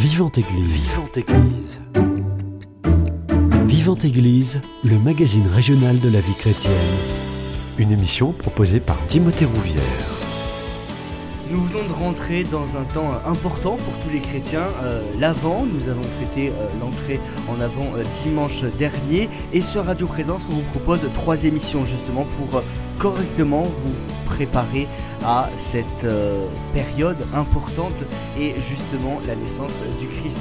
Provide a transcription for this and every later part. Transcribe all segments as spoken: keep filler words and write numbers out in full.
Vivante Église. Vivante Église. Vivante Église, le magazine régional de la vie chrétienne. Une émission proposée par Timothée Rouvière. Nous venons de rentrer dans un temps important pour tous les chrétiens, euh, l'Avent. Nous avons fêté euh, l'entrée en Avant euh, dimanche dernier. Et sur Radio Présence, on vous propose trois émissions justement pour euh, correctement vous préparer à cette euh, période importante et justement la naissance du Christ.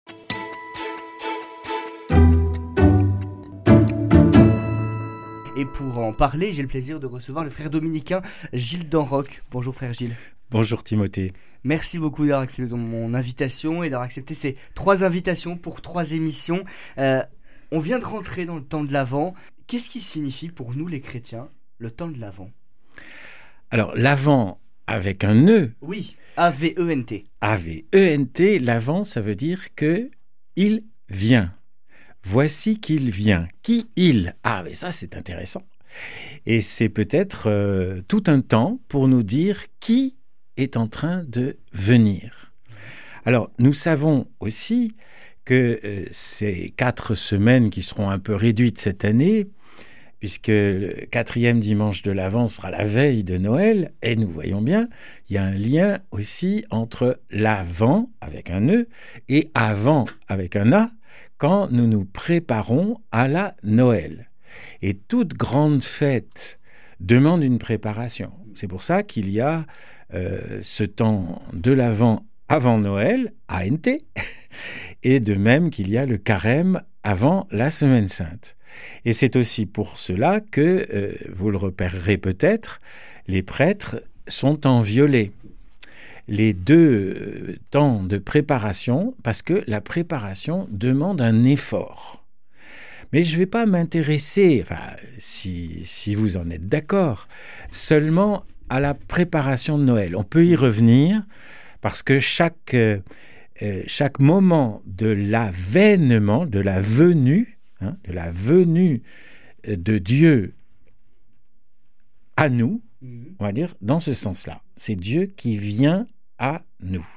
Et pour en parler, j'ai le plaisir de recevoir le frère dominicain Gilles Danroc. Bonjour frère Gilles. Bonjour Timothée. Merci beaucoup d'avoir accepté mon invitation et d'avoir accepté ces trois invitations pour trois émissions. Euh, on vient de rentrer dans le temps de l'Avent. Qu'est-ce qui signifie pour nous les chrétiens le temps de l'Avent ? Alors l'Avent avec un E. Oui, A V E N T. A V E N T, l'Avent, ça veut dire que il vient. Voici qu'il vient. Qui il ? Ah, mais ça c'est intéressant. Et c'est peut-être euh, tout un temps pour nous dire qui est en train de venir. Alors, nous savons aussi que euh, ces quatre semaines qui seront un peu réduites cette année, puisque le quatrième dimanche de l'Avent sera la veille de Noël, et nous voyons bien, il y a un lien aussi entre l'Avent, avec un E, et Avant, avec un A, quand nous nous préparons à la Noël. Et toute grande fête demande une préparation. C'est pour ça qu'il y a euh, ce temps de l'Avent avant Noël, A N T, et de même qu'il y a le carême avant la Semaine Sainte. Et c'est aussi pour cela que, euh, vous le repérerez peut-être, les prêtres sont en violet. Les deux euh, temps de préparation, parce que la préparation demande un effort. Mais je ne vais pas m'intéresser, enfin, si, si vous en êtes d'accord, seulement à la préparation de Noël. On peut y revenir parce que chaque, euh, chaque moment de l'avènement, de la venue, hein, de la venue de Dieu à nous, on va dire dans ce sens-là. C'est Dieu qui vient à nous.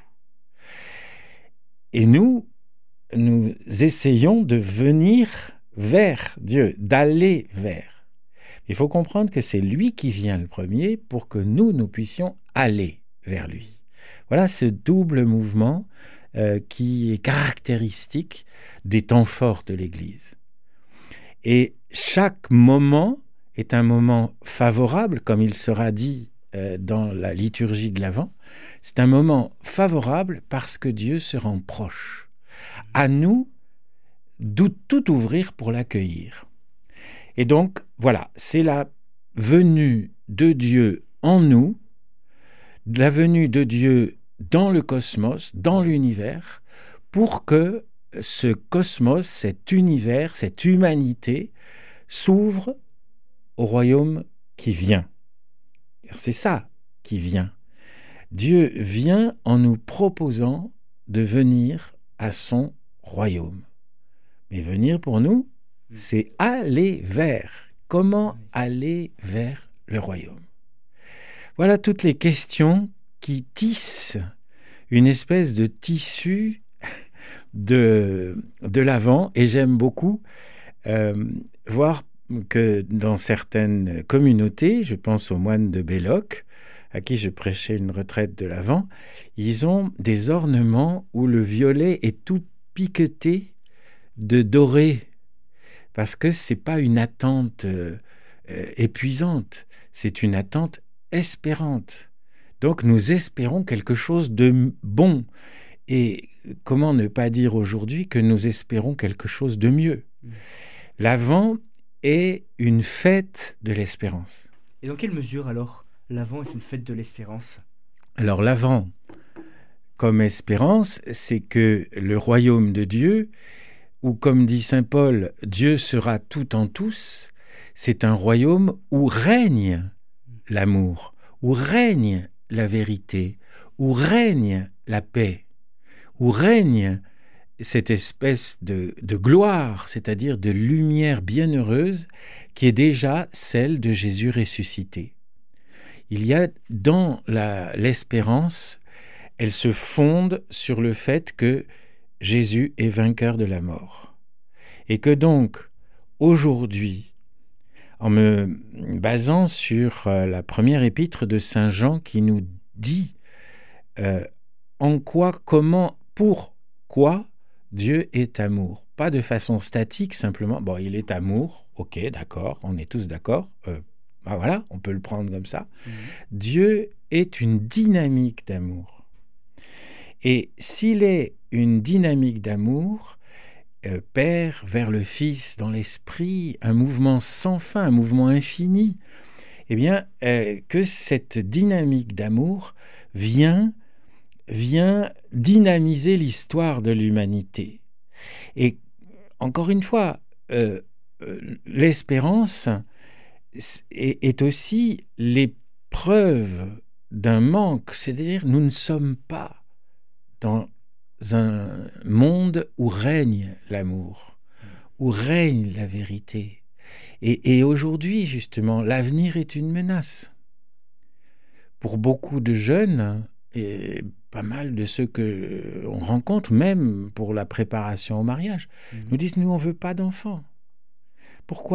Et nous, nous essayons de venir vers Dieu, d'aller vers. Il faut comprendre que c'est lui qui vient le premier pour que nous, nous puissions aller vers lui. Voilà ce double mouvement euh, qui est caractéristique des temps forts de l'Église. Et chaque moment est un moment favorable, comme il sera dit euh, dans la liturgie de l'Avent. C'est un moment favorable parce que Dieu se rend proche. À nous, d'où tout ouvrir pour l'accueillir. Et donc, voilà, c'est la venue de Dieu en nous, la venue de Dieu dans le cosmos, dans l'univers, pour que ce cosmos, cet univers, cette humanité s'ouvre au royaume qui vient. C'est ça qui vient. Dieu vient en nous proposant de venir à son royaume. Mais venir pour nous, c'est aller vers. Comment aller vers le royaume ? Voilà toutes les questions qui tissent une espèce de tissu de, de l'Avent. Et j'aime beaucoup euh, voir que dans certaines communautés, je pense aux moines de Belloc, à qui je prêchais une retraite de l'Avent, ils ont des ornements où le violet est tout piqueté de doré, parce que c'est pas une attente euh, euh, épuisante, c'est une attente espérante. Donc nous espérons quelque chose de bon. Et comment ne pas dire aujourd'hui que nous espérons quelque chose de mieux ? L'Avent est une fête de l'espérance. Et dans quelle mesure alors l'Avent est une fête de l'espérance ? Alors l'Avent, comme espérance, c'est que le royaume de Dieu, où, comme dit saint Paul, Dieu sera tout en tous, c'est un royaume où règne l'amour, où règne la vérité, où règne la paix, où règne cette espèce de, de gloire, c'est-à-dire de lumière bienheureuse, qui est déjà celle de Jésus ressuscité. Il y a dans la, l'espérance, elle se fonde sur le fait que Jésus est vainqueur de la mort. Et que donc, aujourd'hui, en me basant sur euh, la première épître de Saint Jean qui nous dit euh, en quoi, comment, pourquoi Dieu est amour. Pas de façon statique, simplement, bon, il est amour, ok, d'accord, on est tous d'accord, euh, ben voilà, on peut le prendre comme ça. Mmh. Dieu est une dynamique d'amour. Et s'il est une dynamique d'amour, euh, Père vers le Fils dans l'Esprit, un mouvement sans fin, un mouvement infini, eh bien, euh, que cette dynamique d'amour vient, vient dynamiser l'histoire de l'humanité. Et encore une fois, euh, euh, l'espérance est, est aussi l'épreuve d'un manque, c'est-à-dire nous ne sommes pas dans un monde où règne l'amour, où règne la vérité. Et, et aujourd'hui, justement, l'avenir est une menace. Pour beaucoup de jeunes, et pas mal de ceux qu'on rencontre, même pour la préparation au mariage, mmh. nous disent, nous, on ne veut pas d'enfants. Pourquoi ?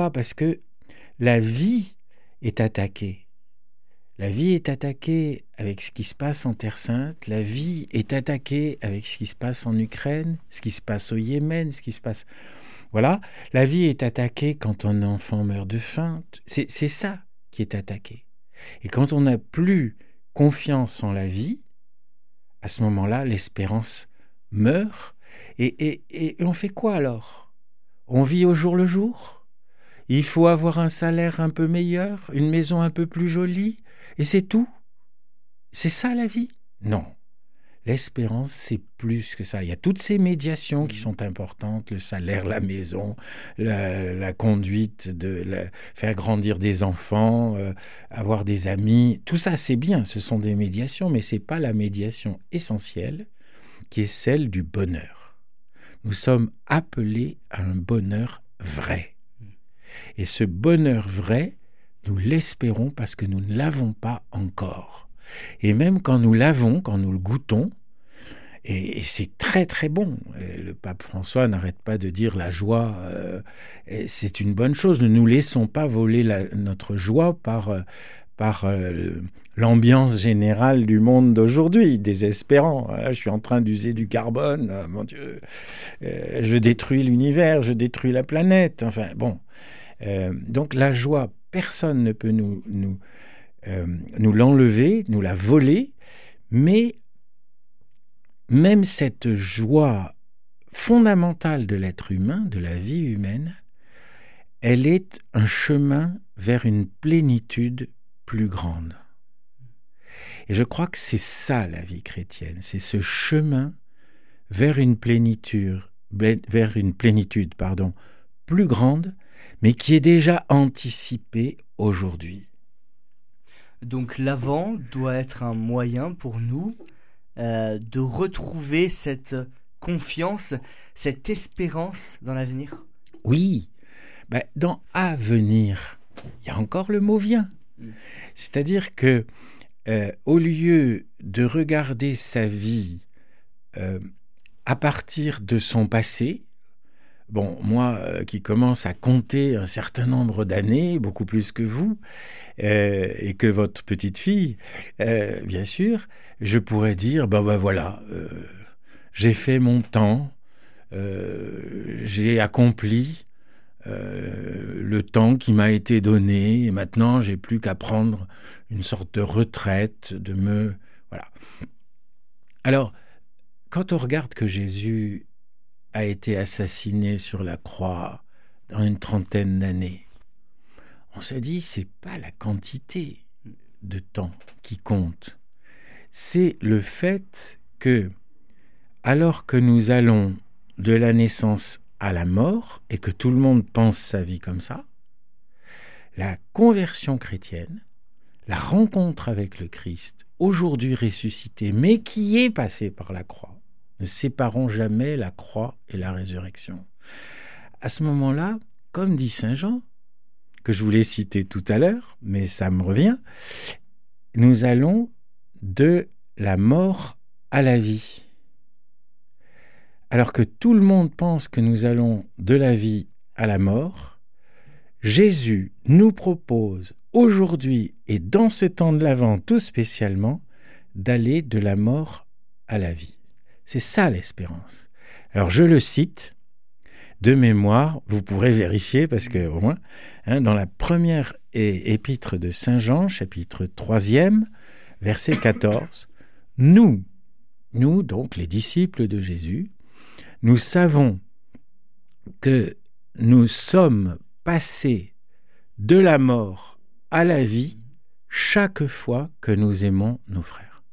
Parce que la vie est attaquée. La vie est attaquée avec ce qui se passe en Terre Sainte, la vie est attaquée avec ce qui se passe en Ukraine, ce qui se passe au Yémen, ce qui se passe... Voilà, la vie est attaquée quand un enfant meurt de faim. C'est, c'est ça qui est attaqué. Et quand on n'a plus confiance en la vie, à ce moment-là, l'espérance meurt. Et, et, et on fait quoi alors ? On vit au jour le jour ? Il faut avoir un salaire un peu meilleur, une maison un peu plus jolie, et c'est tout ? C'est ça la vie ? Non. L'espérance, c'est plus que ça. Il y a toutes ces médiations qui sont importantes, le salaire, la maison, la, la conduite, de la, faire grandir des enfants, euh, avoir des amis. Tout ça, c'est bien, ce sont des médiations, mais ce n'est pas la médiation essentielle qui est celle du bonheur. Nous sommes appelés à un bonheur vrai. Et ce bonheur vrai, nous l'espérons parce que nous ne l'avons pas encore. Et même quand nous l'avons, quand nous le goûtons, et, et c'est très très bon. Et le pape François n'arrête pas de dire la joie, euh, c'est une bonne chose. Ne nous laissons pas voler la, notre joie par, par euh, l'ambiance générale du monde d'aujourd'hui, désespérant. Là, je suis en train d'user du carbone, oh, mon Dieu, euh, je détruis l'univers, je détruis la planète. Enfin bon, euh, donc la joie, personne ne peut nous... nous Euh, nous l'enlever, nous la voler, mais même cette joie fondamentale de l'être humain, de la vie humaine, elle est un chemin vers une plénitude plus grande. Et je crois que c'est ça la vie chrétienne, c'est ce chemin vers une plénitude, vers une plénitude, pardon, plus grande, mais qui est déjà anticipée aujourd'hui. Donc l'Avent doit être un moyen pour nous euh, de retrouver cette confiance, cette espérance dans l'avenir. Oui, ben, dans « avenir », il y a encore le mot « vient mmh. ». C'est-à-dire que euh, au lieu de regarder sa vie euh, à partir de son passé, bon, moi euh, qui commence à compter un certain nombre d'années, beaucoup plus que vous, euh, et que votre petite fille, euh, bien sûr, je pourrais dire, ben, ben voilà, euh, j'ai fait mon temps, euh, j'ai accompli euh, le temps qui m'a été donné, et maintenant j'ai plus qu'à prendre une sorte de retraite, de me... Voilà. Alors, quand on regarde que Jésus a été assassiné sur la croix dans une trentaine d'années, on se dit, c'est pas la quantité de temps qui compte, c'est le fait que, alors que nous allons de la naissance à la mort, et que tout le monde pense sa vie comme ça, la conversion chrétienne, la rencontre avec le Christ, aujourd'hui ressuscité, mais qui est passé par la croix, ne séparons jamais la croix et la résurrection. À ce moment-là, comme dit Saint Jean, que je voulais citer tout à l'heure, mais ça me revient, nous allons de la mort à la vie. alors que tout le monde pense que nous allons de la vie à la mort, Jésus nous propose aujourd'hui et dans ce temps de l'Avent tout spécialement d'aller de la mort à la vie. C'est ça l'espérance. Alors je le cite de mémoire, vous pourrez vérifier parce que au moins, hein, dans la première é- épître de Saint Jean, chapitre troisième, verset quatorze, nous, nous donc les disciples de Jésus, nous savons que nous sommes passés de la mort à la vie chaque fois que nous aimons nos frères.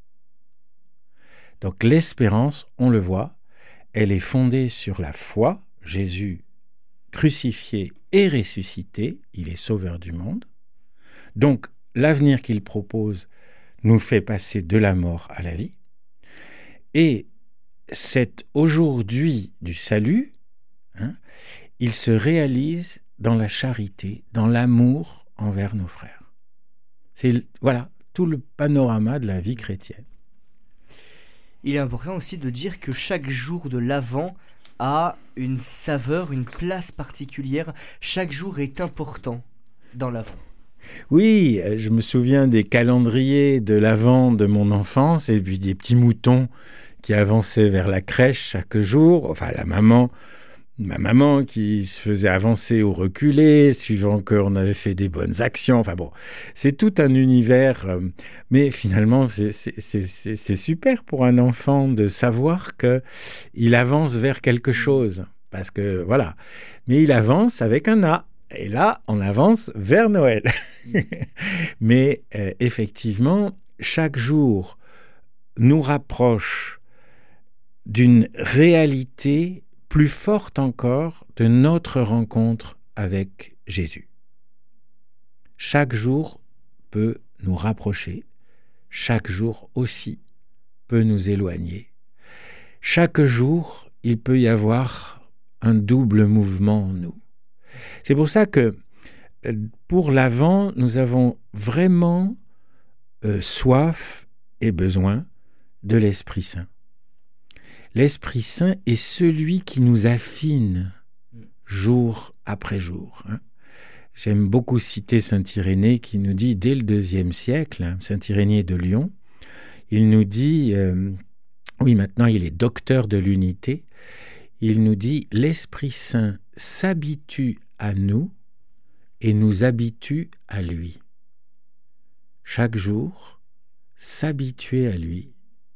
Donc l'espérance, on le voit, elle est fondée sur la foi, Jésus crucifié et ressuscité, il est sauveur du monde. Donc l'avenir qu'il propose nous fait passer de la mort à la vie. Et cet aujourd'hui du salut, hein, il se réalise dans la charité, dans l'amour envers nos frères. C'est voilà tout le panorama de la vie chrétienne. Il est important aussi de dire que chaque jour de l'Avent a une saveur, une place particulière. Chaque jour est important dans l'Avent. Oui, je me souviens des calendriers de l'Avent de mon enfance et puis des petits moutons qui avançaient vers la crèche chaque jour. Enfin, la maman, ma maman qui se faisait avancer ou reculer, suivant qu'on avait fait des bonnes actions. Enfin bon, c'est tout un univers. Euh, mais finalement, c'est, c'est, c'est, c'est, c'est super pour un enfant de savoir qu'il avance vers quelque chose. Parce que, voilà. Mais il avance avec un A. Et là, on avance vers Noël. Mais euh, effectivement, chaque jour nous rapproche d'une réalité plus forte encore de notre rencontre avec Jésus. Chaque jour peut nous rapprocher, chaque jour aussi peut nous éloigner. Chaque jour, il peut y avoir un double mouvement en nous. C'est pour ça que pour l'Avent, nous avons vraiment euh, soif et besoin de l'Esprit Saint. L'Esprit Saint est celui qui nous affine jour après jour. Hein. J'aime beaucoup citer saint Irénée qui nous dit, dès le deuxième siècle, hein, saint Irénée de Lyon, il nous dit, euh, oui maintenant il est docteur de l'unité, il nous dit « L'Esprit Saint s'habitue à nous et nous habitue à lui. » Chaque jour, s'habituer à lui,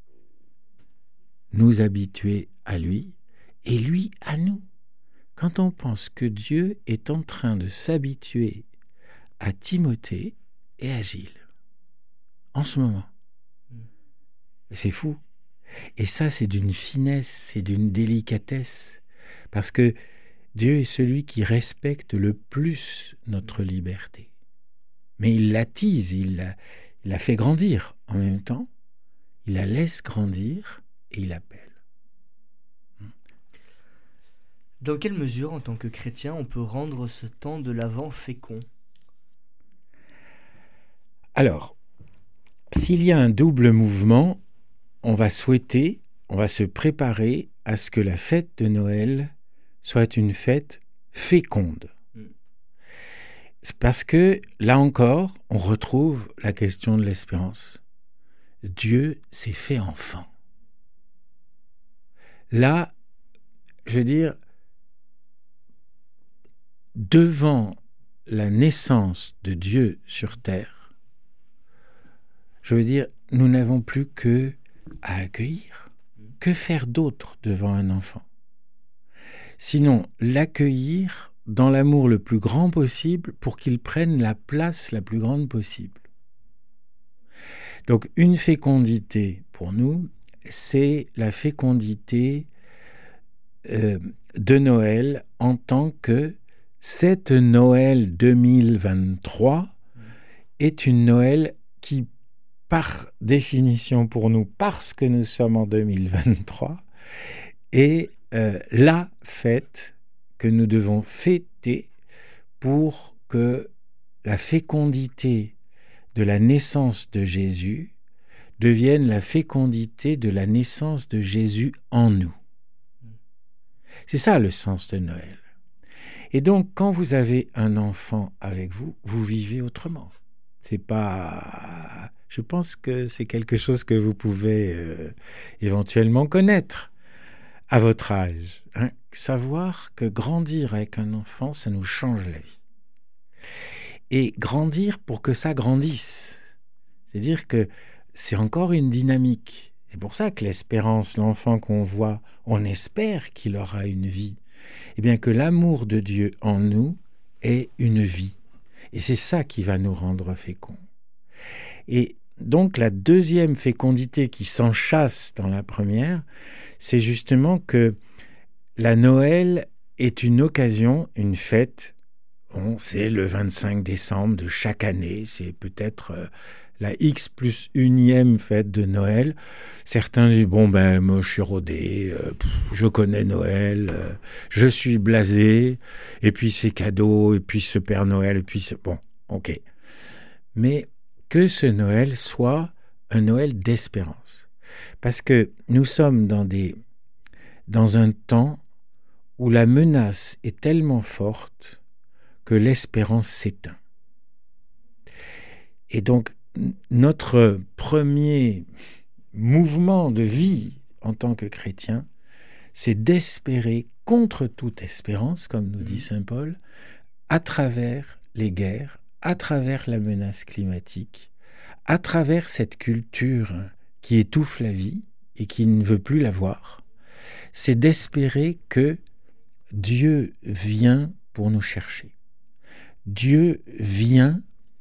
nous habituer à lui et lui à nous. Quand on pense que Dieu est en train de s'habituer à Timothée et à Gilles, en ce moment, c'est fou. Et ça, c'est d'une finesse, c'est d'une délicatesse, parce que Dieu est celui qui respecte le plus notre liberté. Mais il l'attise, il la, il la fait grandir en même temps, il la laisse grandir et il appelle. Dans quelle mesure, en tant que chrétien, on peut rendre ce temps de l'Avent fécond ? Alors, s'il y a un double mouvement, on va souhaiter, on va se préparer à ce que la fête de Noël soit une fête féconde. C'est parce que, là encore, on retrouve la question de l'espérance. Dieu s'est fait enfant. Là, je veux dire, devant la naissance de Dieu sur terre, je veux dire, nous n'avons plus que à accueillir. Que faire d'autre devant un enfant ? Sinon, l'accueillir dans l'amour le plus grand possible pour qu'il prenne la place la plus grande possible. Donc, une fécondité, pour nous, c'est la fécondité euh, de Noël en tant que cette Noël deux mille vingt-trois est une Noël qui, par définition pour nous, parce que nous sommes en deux mille vingt-trois, est euh, la fête que nous devons fêter pour que la fécondité de la naissance de Jésus devienne la fécondité de la naissance de Jésus en nous. C'est ça le sens de Noël. Et donc, quand vous avez un enfant avec vous, vous vivez autrement. C'est pas... Je pense que c'est quelque chose que vous pouvez euh, éventuellement connaître à votre âge. Hein. Savoir que grandir avec un enfant, ça nous change la vie. Et grandir pour que ça grandisse. C'est-à-dire que c'est encore une dynamique. C'est pour ça que l'espérance, l'enfant qu'on voit, on espère qu'il aura une vie. Eh bien que l'amour de Dieu en nous est une vie. Et c'est ça qui va nous rendre féconds. Et donc la deuxième fécondité qui s'enchasse dans la première, c'est justement que la Noël est une occasion, une fête. Bon, c'est le vingt-cinq décembre de chaque année, c'est peut-être euh, la X plus unième fête de Noël. Certains disent, bon ben moi je suis rodé, euh, pff, je connais Noël, euh, je suis blasé, et puis c'est cadeau, et puis ce Père Noël, et puis c'est... Bon, ok. Mais que ce Noël soit un Noël d'espérance. Parce que nous sommes dans, des, dans un temps où la menace est tellement forte que l'espérance s'éteint. Et donc, notre premier mouvement de vie en tant que chrétien, c'est d'espérer contre toute espérance, comme nous dit saint Paul, à travers les guerres, à travers la menace climatique, à travers cette culture qui étouffe la vie et qui ne veut plus la voir. C'est d'espérer que Dieu vient pour nous chercher. Dieu vient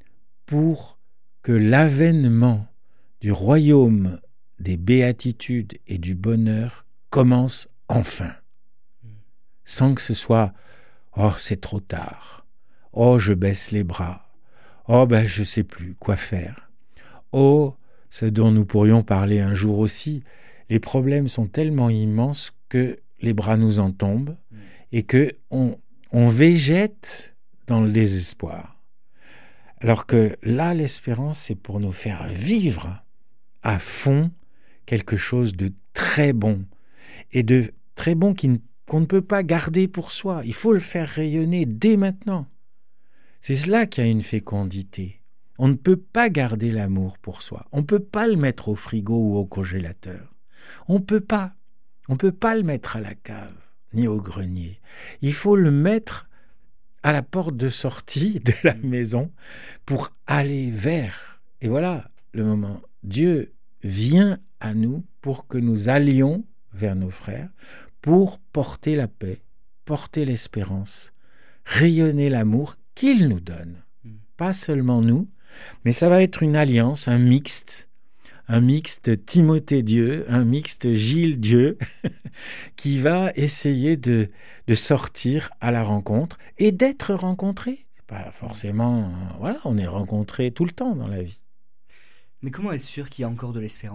pour que l'avènement du royaume des béatitudes et du bonheur commence enfin. Sans que ce soit « Oh, c'est trop tard. Oh, je baisse les bras. Oh, ben, je ne sais plus quoi faire. Oh, ce dont nous pourrions parler un jour aussi, les problèmes sont tellement immenses que les bras nous en tombent et qu'on on végète dans le désespoir. » Alors que là, l'espérance, c'est pour nous faire vivre à fond quelque chose de très bon. Et de très bon qui, qu'on ne peut pas garder pour soi. Il faut le faire rayonner dès maintenant. C'est là qu'il y a une fécondité. On ne peut pas garder l'amour pour soi. On ne peut pas le mettre au frigo ou au congélateur. On ne peut pas. On ne peut pas le mettre à la cave, ni au grenier. Il faut le mettre à la porte de sortie de la maison pour aller vers. Et voilà le moment. Dieu vient à nous pour que nous allions vers nos frères, pour porter la paix, porter l'espérance, rayonner l'amour qu'il nous donne. Pas seulement nous, mais ça va être une alliance, un mixte, un mixte Timothée-Dieu, un mixte Gilles-Dieu, qui va essayer de, de sortir à la rencontre et d'être rencontré. Pas forcément, euh, voilà, on est rencontré tout le temps dans la vie. Mais comment être sûr qu'il y a encore de l'espérance ?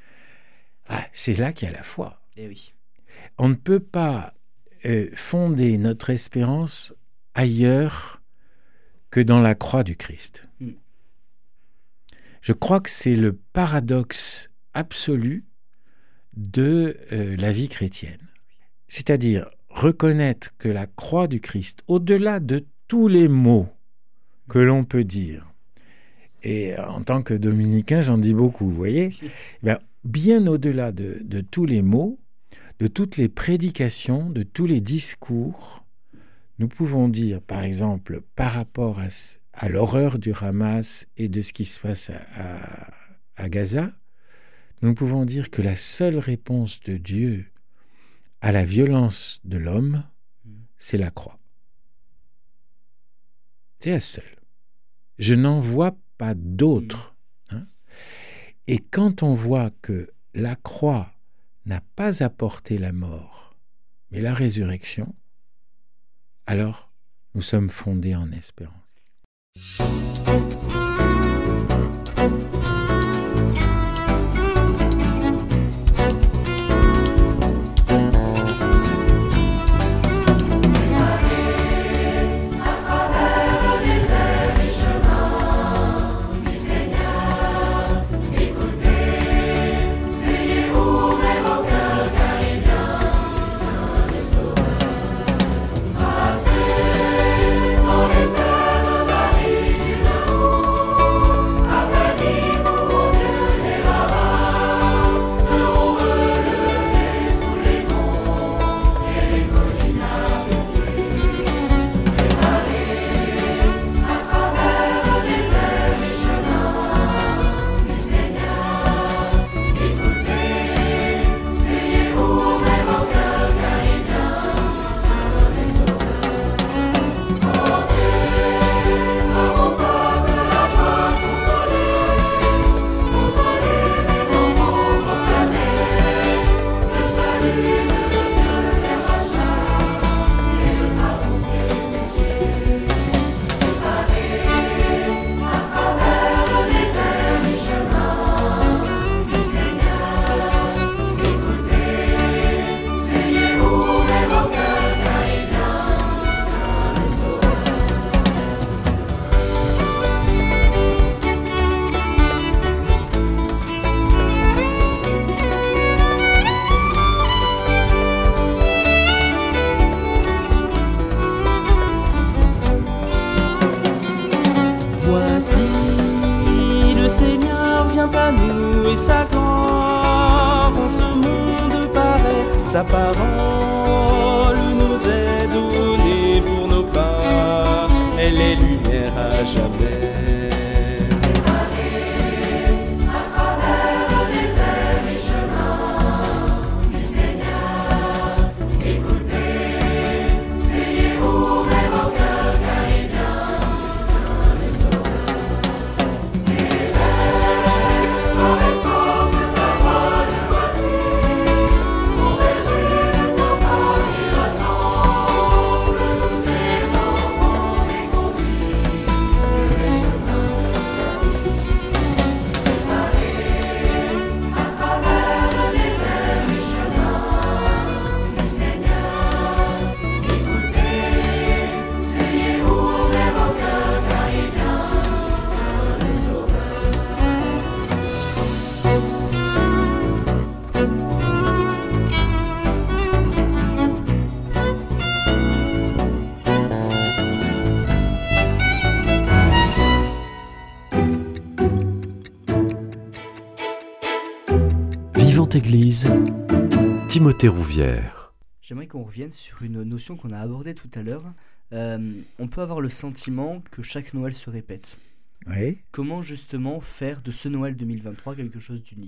Ah, c'est là qu'il y a la foi. Eh oui. On ne peut pas euh, fonder notre espérance ailleurs que dans la croix du Christ. Mm. Je crois que c'est le paradoxe absolu de euh, la vie chrétienne. C'est-à-dire reconnaître que la croix du Christ, au-delà de tous les mots que l'on peut dire, et en tant que dominicain, j'en dis beaucoup, vous voyez, bien, bien au-delà de, de tous les mots, de toutes les prédications, de tous les discours, nous pouvons dire, par exemple, par rapport à, à l'horreur du Hamas et de ce qui se passe à, à, à Gaza, nous pouvons dire que la seule réponse de Dieu à la violence de l'homme, c'est la croix. C'est la seule. Je n'en vois pas d'autre. Hein. Et quand on voit que la croix n'a pas apporté la mort, mais la résurrection, alors nous sommes fondés en espérance. Sa parole nous est donnée pour nos pas, elle est lumière à jamais. Vivante Église, Timothée Rouvière. J'aimerais qu'on revienne sur une notion qu'on a abordée tout à l'heure. Euh, on peut avoir le sentiment que chaque Noël se répète. Oui. Comment justement faire de ce Noël deux mille vingt-trois quelque chose d'unique ?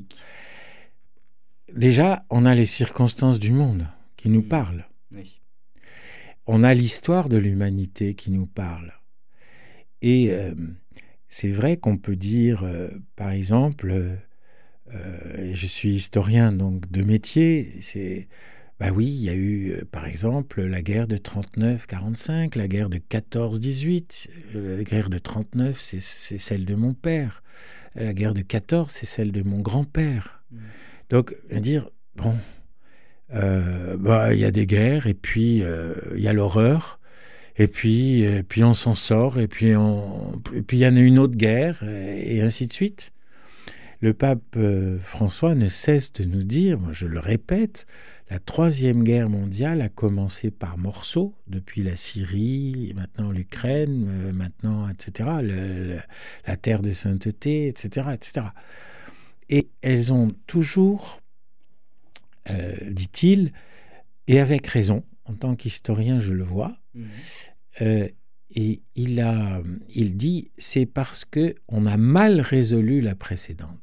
Déjà, on a les circonstances du monde qui nous Mmh. parlent. Oui. On a l'histoire de l'humanité qui nous parle. Et euh, c'est vrai qu'on peut dire, euh, par exemple, euh, euh, je suis historien donc de métier, c'est, bah oui, il y a eu, euh, par exemple, la guerre de trente-neuf quarante-cinq, la guerre de quatorze dix-huit. Euh, la guerre de trente-neuf, c'est, c'est celle de mon père. La guerre de quatorze, c'est celle de mon grand-père. Mmh. Donc, dire, bon, euh, bah, il y a des guerres, et puis euh, il y a l'horreur, et puis, et puis on s'en sort, et puis on, et puis il y en a une autre guerre, et, et ainsi de suite. Le pape euh, François ne cesse de nous dire, moi je le répète, la troisième guerre mondiale a commencé par morceaux, depuis la Syrie, maintenant l'Ukraine, euh, maintenant, et cetera, le, le, la terre de sainteté, et cetera, et cetera. Et elles ont toujours, euh, dit-il, et avec raison, en tant qu'historien je le vois, Mmh. euh, et il, a, il dit, c'est parce qu'on a mal résolu la précédente.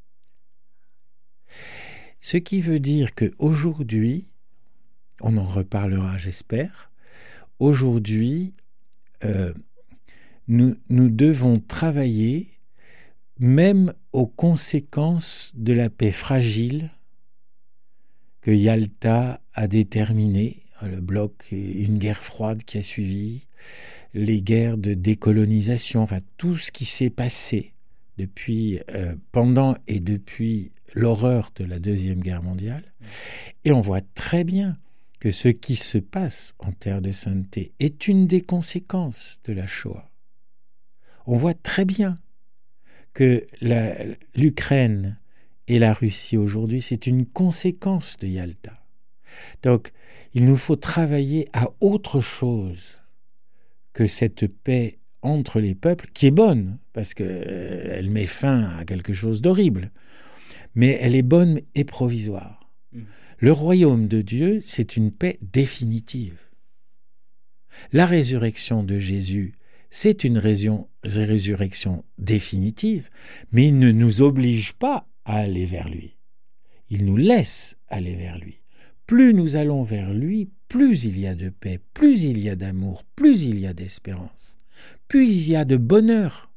Ce qui veut dire qu'aujourd'hui, on en reparlera j'espère, aujourd'hui, euh, nous, nous devons travailler même aux conséquences de la paix fragile que Yalta a déterminée, le bloc, une guerre froide qui a suivi, les guerres de décolonisation, enfin tout ce qui s'est passé depuis, euh, pendant et depuis l'horreur de la Deuxième Guerre mondiale. Et on voit très bien que ce qui se passe en terre de sainteté est une des conséquences de la Shoah. On voit très bien que la, l'Ukraine et la Russie aujourd'hui, c'est une conséquence de Yalta. Donc, il nous faut travailler à autre chose que cette paix entre les peuples, qui est bonne, parce qu'elle euh, met fin à quelque chose d'horrible, mais elle est bonne et provisoire. Mmh. Le royaume de Dieu, c'est une paix définitive. La résurrection de Jésus, c'est une résion, résurrection définitive, mais il ne nous oblige pas à aller vers lui. Il nous laisse aller vers lui. Plus nous allons vers lui, plus il y a de paix, plus il y a d'amour, plus il y a d'espérance, plus il y a de bonheur.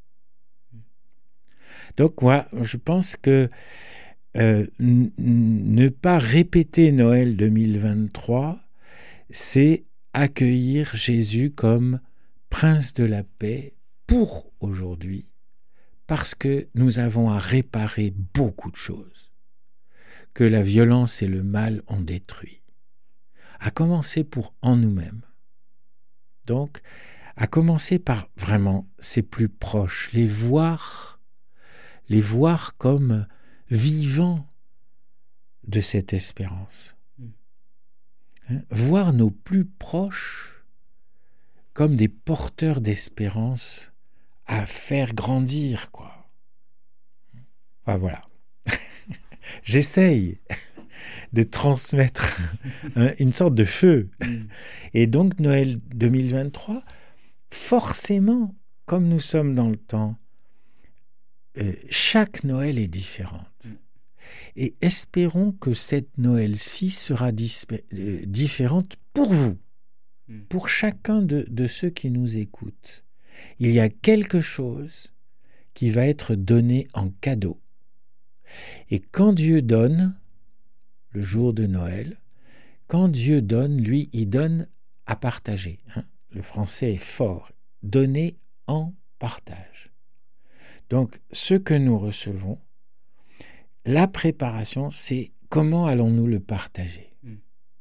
Donc moi, je pense que euh, n- ne pas répéter Noël deux mille vingt-trois, c'est accueillir Jésus comme Prince de la paix pour aujourd'hui, parce que nous avons à réparer beaucoup de choses que la violence et le mal ont détruit. À commencer pour en nous-mêmes. Donc, à commencer par vraiment ses plus proches, les voir, les voir comme vivants de cette espérance. Hein? Voir nos plus proches comme des porteurs d'espérance à faire grandir, quoi. Enfin, voilà. J'essaye de transmettre un- une sorte de feu. Mm. Et donc Noël deux mille vingt-trois, forcément, comme nous sommes dans le temps, euh, chaque Noël est différente. Mm. Et espérons que cette Noël-ci sera disp- euh, différente pour vous, Mm. pour chacun de, de ceux qui nous écoutent. Il y a quelque chose qui va être donné en cadeau. Et quand Dieu donne, le jour de Noël, quand Dieu donne, lui, il donne à partager. Hein. Le français est fort. Donner en partage. Donc, ce que nous recevons, la préparation, c'est comment allons-nous le partager Mm.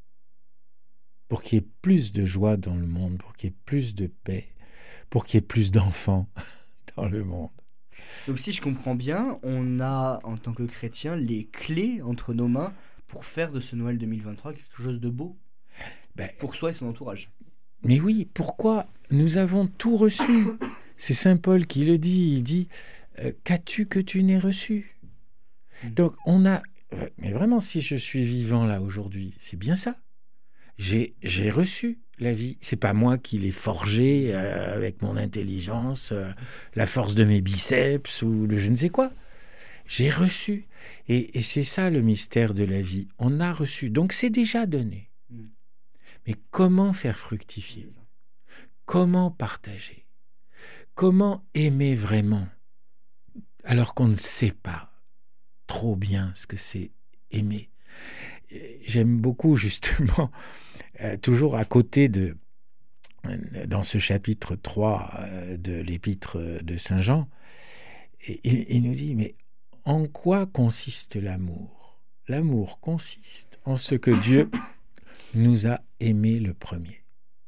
pour qu'il y ait plus de joie dans le monde, pour qu'il y ait plus de paix, pour qu'il y ait plus d'enfants dans le monde. Donc si je comprends bien, on a en tant que chrétien les clés entre nos mains pour faire de ce Noël deux mille vingt-trois quelque chose de beau Ben, pour soi et son entourage. Mais oui, pourquoi? Nous avons tout reçu. C'est Saint Paul qui le dit. Il dit euh, qu'as-tu que tu n'aies reçu? Mm. Donc on a. Mais vraiment, si je suis vivant là aujourd'hui, c'est bien ça. J'ai, j'ai reçu la vie. C'est pas moi qui l'ai forgée euh, avec mon intelligence, euh, la force de mes biceps ou le je ne sais quoi. J'ai reçu. Et, et c'est ça le mystère de la vie. On a reçu. Donc c'est déjà donné. Mm. Mais comment faire fructifier? Comment partager? Comment aimer vraiment? Alors qu'on ne sait pas trop bien ce que c'est aimer. J'aime beaucoup justement, euh, toujours à côté de, euh, dans ce chapitre trois euh, de l'épître de Saint Jean, et, il, il nous dit, mais en quoi consiste l'amour? L'amour consiste en ce que Dieu nous a aimé le premier.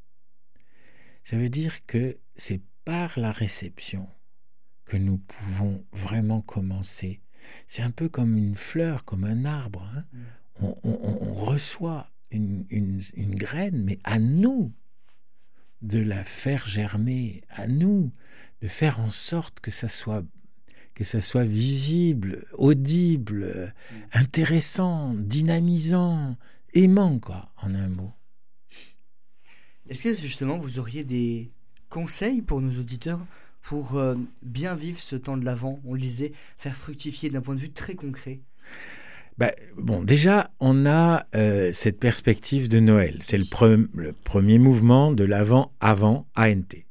Ça veut dire que c'est par la réception que nous pouvons vraiment commencer. C'est un peu comme une fleur, comme un arbre. Hein. Mm. On, on, on reçoit une, une, une graine, mais à nous de la faire germer, à nous de faire en sorte que ça soit, que ça soit visible, audible, Mm. intéressant, dynamisant, aimant, quoi, en un mot. Est-ce que justement vous auriez des conseils pour nos auditeurs pour euh, bien vivre ce temps de l'Avent? On le disait, faire fructifier d'un point de vue très concret. Ben, bon, déjà, on a euh, cette perspective de Noël. C'est le, pre- le premier mouvement de l'avant, avant, A N T.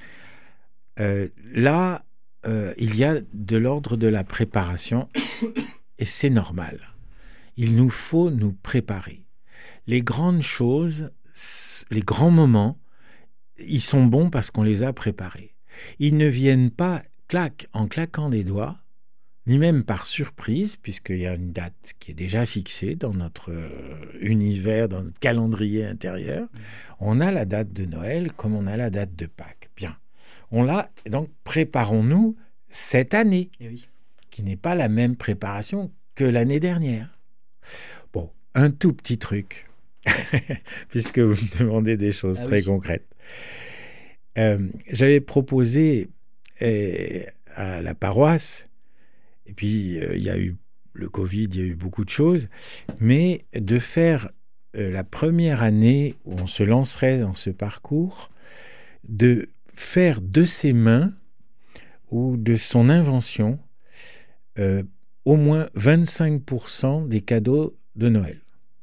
Euh, là, euh, il y a de l'ordre de la préparation, et c'est normal. Il nous faut nous préparer. Les grandes choses, les grands moments, ils sont bons parce qu'on les a préparés. Ils ne viennent pas, clac, en claquant des doigts, ni même par surprise, puisqu'il y a une date qui est déjà fixée dans notre euh, univers, dans notre calendrier intérieur. Mmh. On a la date de Noël comme on a la date de Pâques. Bien. On l'a, donc préparons-nous cette année, Eh oui. qui n'est pas la même préparation que l'année dernière. Bon, un tout petit truc, puisque vous me demandez des choses ah très oui. concrètes. Euh, j'avais proposé euh, à la paroisse, et puis il euh, y a eu le Covid, il y a eu beaucoup de choses, mais de faire euh, la première année où on se lancerait dans ce parcours, de faire de ses mains ou de son invention euh, au moins vingt-cinq pour cent des cadeaux de Noël.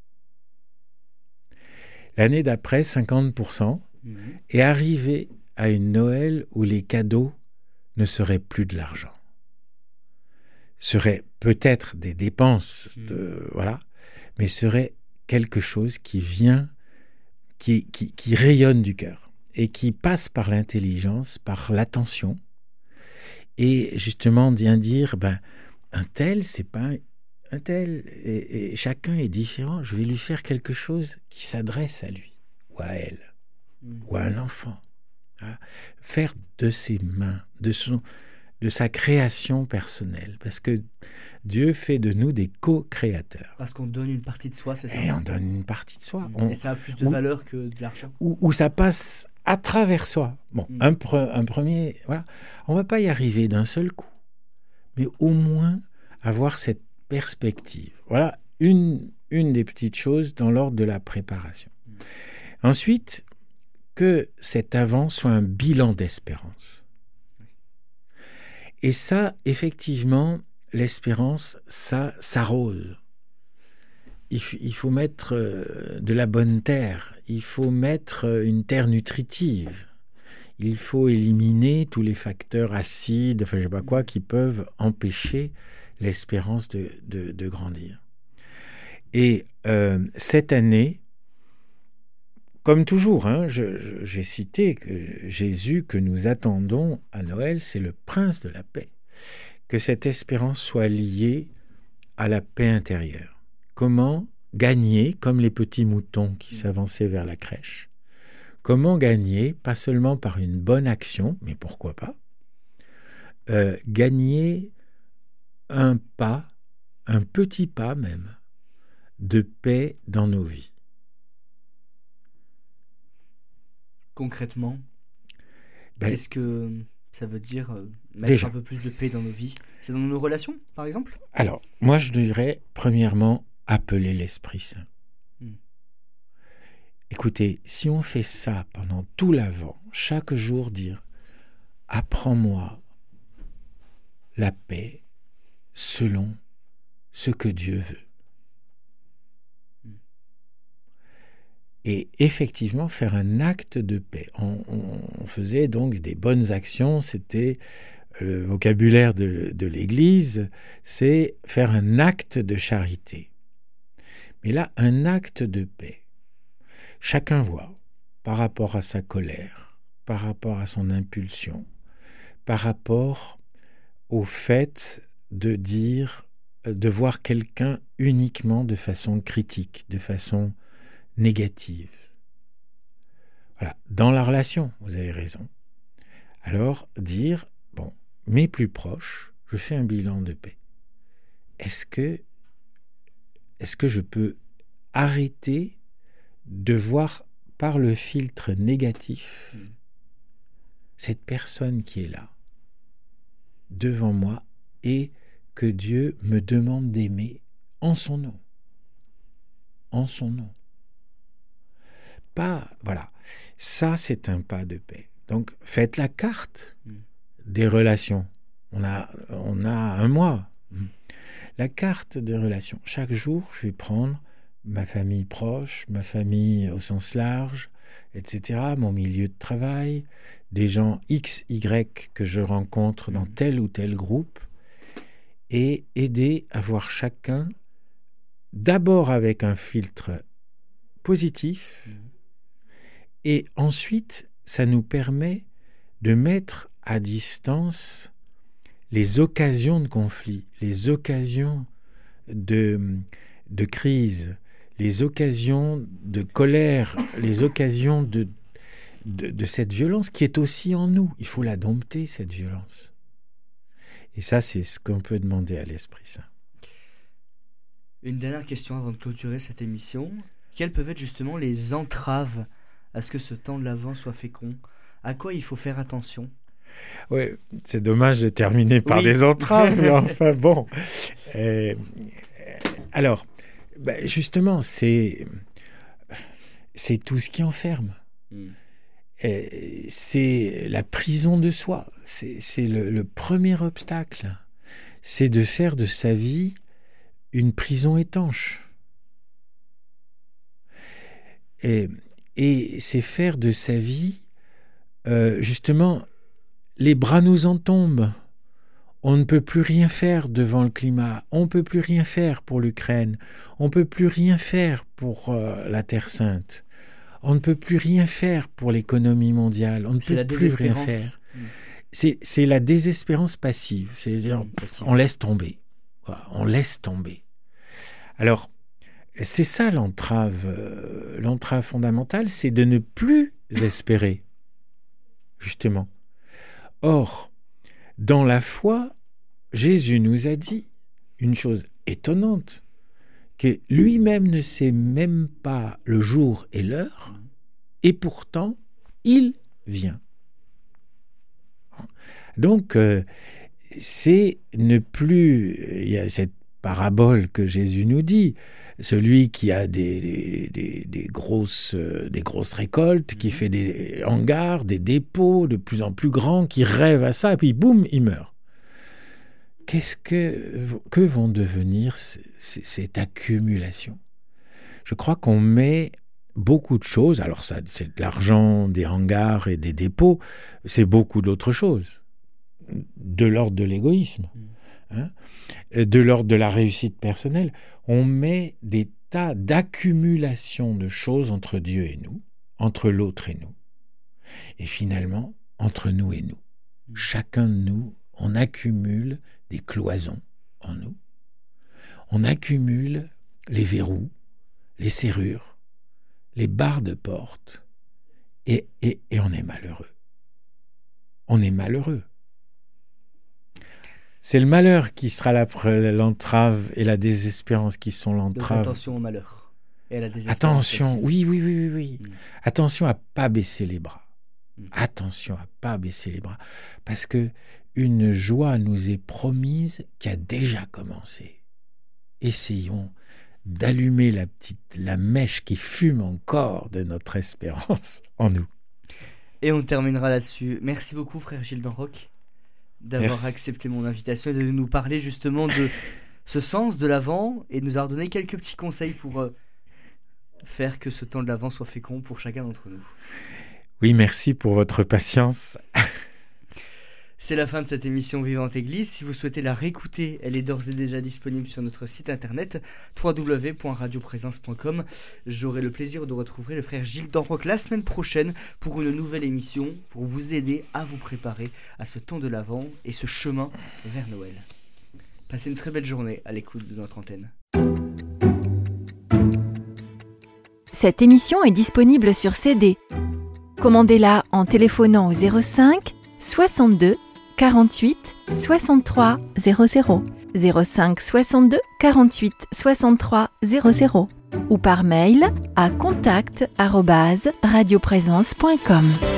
L'année d'après, cinquante pour cent, mmh. et arriver à une Noël où les cadeaux ne seraient plus de l'argent. Seraient peut-être des dépenses, de, mmh. voilà, mais serait quelque chose qui vient, qui, qui, qui rayonne du cœur et qui passe par l'intelligence, par l'attention, et justement bien dire, ben, un tel, c'est pas un tel, et, et chacun est différent, je vais lui faire quelque chose qui s'adresse à lui, ou à elle, mmh. ou à un enfant. Hein? Faire de ses mains, de, son, de sa création personnelle, parce que Dieu fait de nous des co-créateurs. Parce qu'on donne une partie de soi, c'est ça? Et on donne une partie de soi. Mmh. On, et ça a plus de où, valeur que de l'argent. Où, où ça passe à travers soi. Bon, mmh. un, pre, un premier, voilà. On ne va pas y arriver d'un seul coup, mais au moins avoir cette perspective. Voilà une, une des petites choses dans l'ordre de la préparation. Ensuite, que cet avant soit un bilan d'espérance. Et ça, effectivement, l'espérance, ça s'arrose. Il, f- il faut mettre euh, de la bonne terre, il faut mettre euh, une terre nutritive, il faut éliminer tous les facteurs acides, enfin je sais pas quoi, qui peuvent empêcher l'espérance de, de, de grandir. Et euh, cette année, comme toujours, hein, je, je, j'ai cité que Jésus que nous attendons à Noël, c'est le prince de la paix. Que cette espérance soit liée à la paix intérieure. Comment gagner, comme les petits moutons qui s'avançaient vers la crèche, comment gagner, pas seulement par une bonne action, mais pourquoi pas, euh, gagner un pas, un petit pas même, de paix dans nos vies. Concrètement, Ben, qu'est-ce que ça veut dire euh, mettre Déjà. un peu plus de paix dans nos vies? C'est dans nos relations, par exemple? Alors, moi je dirais, premièrement, appeler l'Esprit Saint. Hmm. Écoutez, si on fait ça pendant tout l'Avent, chaque jour dire « Apprends-moi la paix selon ce que Dieu veut. » Et effectivement, faire un acte de paix. On, on- on faisait donc des bonnes actions, c'était le vocabulaire de, de l'Église, c'est faire un acte de charité. Mais là, un acte de paix. Chacun voit, par rapport à sa colère, par rapport à son impulsion, par rapport au fait de dire, de voir quelqu'un uniquement de façon critique, de façon négative. Voilà, dans la relation, vous avez raison. Alors, dire, bon, mes plus proches, je fais un bilan de paix. Est-ce que, est-ce que je peux arrêter de voir par le filtre négatif Mm. cette personne qui est là, devant moi, et que Dieu me demande d'aimer en son nom. En son nom. Pas, voilà. Ça, c'est un pas de paix. Donc, faites la carte Mm. des relations. On a, on a un mois. La carte des relations. Chaque jour, je vais prendre ma famille proche, ma famille au sens large, et cetera, mon milieu de travail, des gens X, Y que je rencontre dans Mhm. tel ou tel groupe, et aider à voir chacun d'abord avec un filtre positif, Mhm. et ensuite, ça nous permet de mettre à distance les occasions de conflit, les occasions de, de crise, les occasions de colère, les occasions de, de, de cette violence qui est aussi en nous. Il faut la dompter, cette violence. Et ça, c'est ce qu'on peut demander à l'Esprit Saint. Une dernière question avant de clôturer cette émission. Quelles peuvent être justement les entraves à ce que ce temps de l'Avent soit fécond? À quoi il faut faire attention? Oui, c'est dommage de terminer par Oui. des entraves, mais enfin bon. Euh, alors, ben, justement, c'est, c'est tout ce qui enferme. Mm. Euh, c'est la prison de soi. C'est, c'est le, le premier obstacle. C'est de faire de sa vie une prison étanche. Et, et c'est faire de sa vie, euh, justement, les bras nous en tombent. On ne peut plus rien faire devant le climat. On ne peut plus rien faire pour l'Ukraine. On ne peut plus rien faire pour euh, la Terre Sainte. On ne peut plus rien faire pour l'économie mondiale. On ne C'est peut la plus rien désespérance. faire. Mm. C'est, c'est la désespérance passive. C'est-à-dire, Mm, pff, passive. on laisse tomber. Voilà, on laisse tomber. Alors, c'est ça l'entrave, euh, l'entrave fondamentale, c'est de ne plus espérer, justement. Or, dans la foi, Jésus nous a dit une chose étonnante, que lui-même ne sait même pas le jour et l'heure, et pourtant, il vient. Donc, euh, c'est ne plus... Il y a cette parabole que Jésus nous dit. Celui qui a des, des, des, des, grosses, euh, des grosses récoltes, qui fait des hangars, des dépôts de plus en plus grands, qui rêve à ça, et puis boum, il meurt. Qu'est-ce que, que vont devenir c- c- cette accumulation ? Je crois qu'on met beaucoup de choses, alors ça, c'est de l'argent, des hangars et des dépôts, c'est beaucoup d'autres choses, de l'ordre de l'égoïsme, hein, de l'ordre de la réussite personnelle. On met des tas d'accumulations de choses entre Dieu et nous, entre l'autre et nous, et finalement, entre nous et nous. Chacun de nous, on accumule des cloisons en nous. On accumule les verrous, les serrures, les barres de porte, et, et, et on est malheureux. On est malheureux. C'est le malheur qui sera la, l'entrave et la désespérance qui sont l'entrave. Donc attention au malheur et à la désespérance. Attention, oui, oui, oui, oui. oui. Mm. Attention à ne pas baisser les bras. Mm. Attention à ne pas baisser les bras. Parce que une joie nous est promise qui a déjà commencé. Essayons d'allumer la petite, la mèche qui fume encore de notre espérance en nous. Et on terminera là-dessus. Merci beaucoup, frère Gilles d'Enroc, d'avoir Merci. accepté mon invitation et de nous parler justement de ce sens de l'Avent et de nous avoir donné quelques petits conseils pour euh, faire que ce temps de l'Avent soit fécond pour chacun d'entre nous. Oui, merci pour votre patience. C'est la fin de cette émission Vivante Église. Si vous souhaitez la réécouter, elle est d'ores et déjà disponible sur notre site internet w w w point radio présence point com. J'aurai le plaisir de retrouver le frère Gilles d'Enroc la semaine prochaine pour une nouvelle émission, pour vous aider à vous préparer à ce temps de l'Avent et ce chemin vers Noël. Passez une très belle journée à l'écoute de notre antenne. Cette émission est disponible sur C D. Commandez-la en téléphonant au zéro cinq soixante-deux quarante-huit soixante-trois zéro zéro, zéro cinq soixante-deux quarante-huit soixante-trois zéro zéro ou par mail à contact arobase radio présence point com.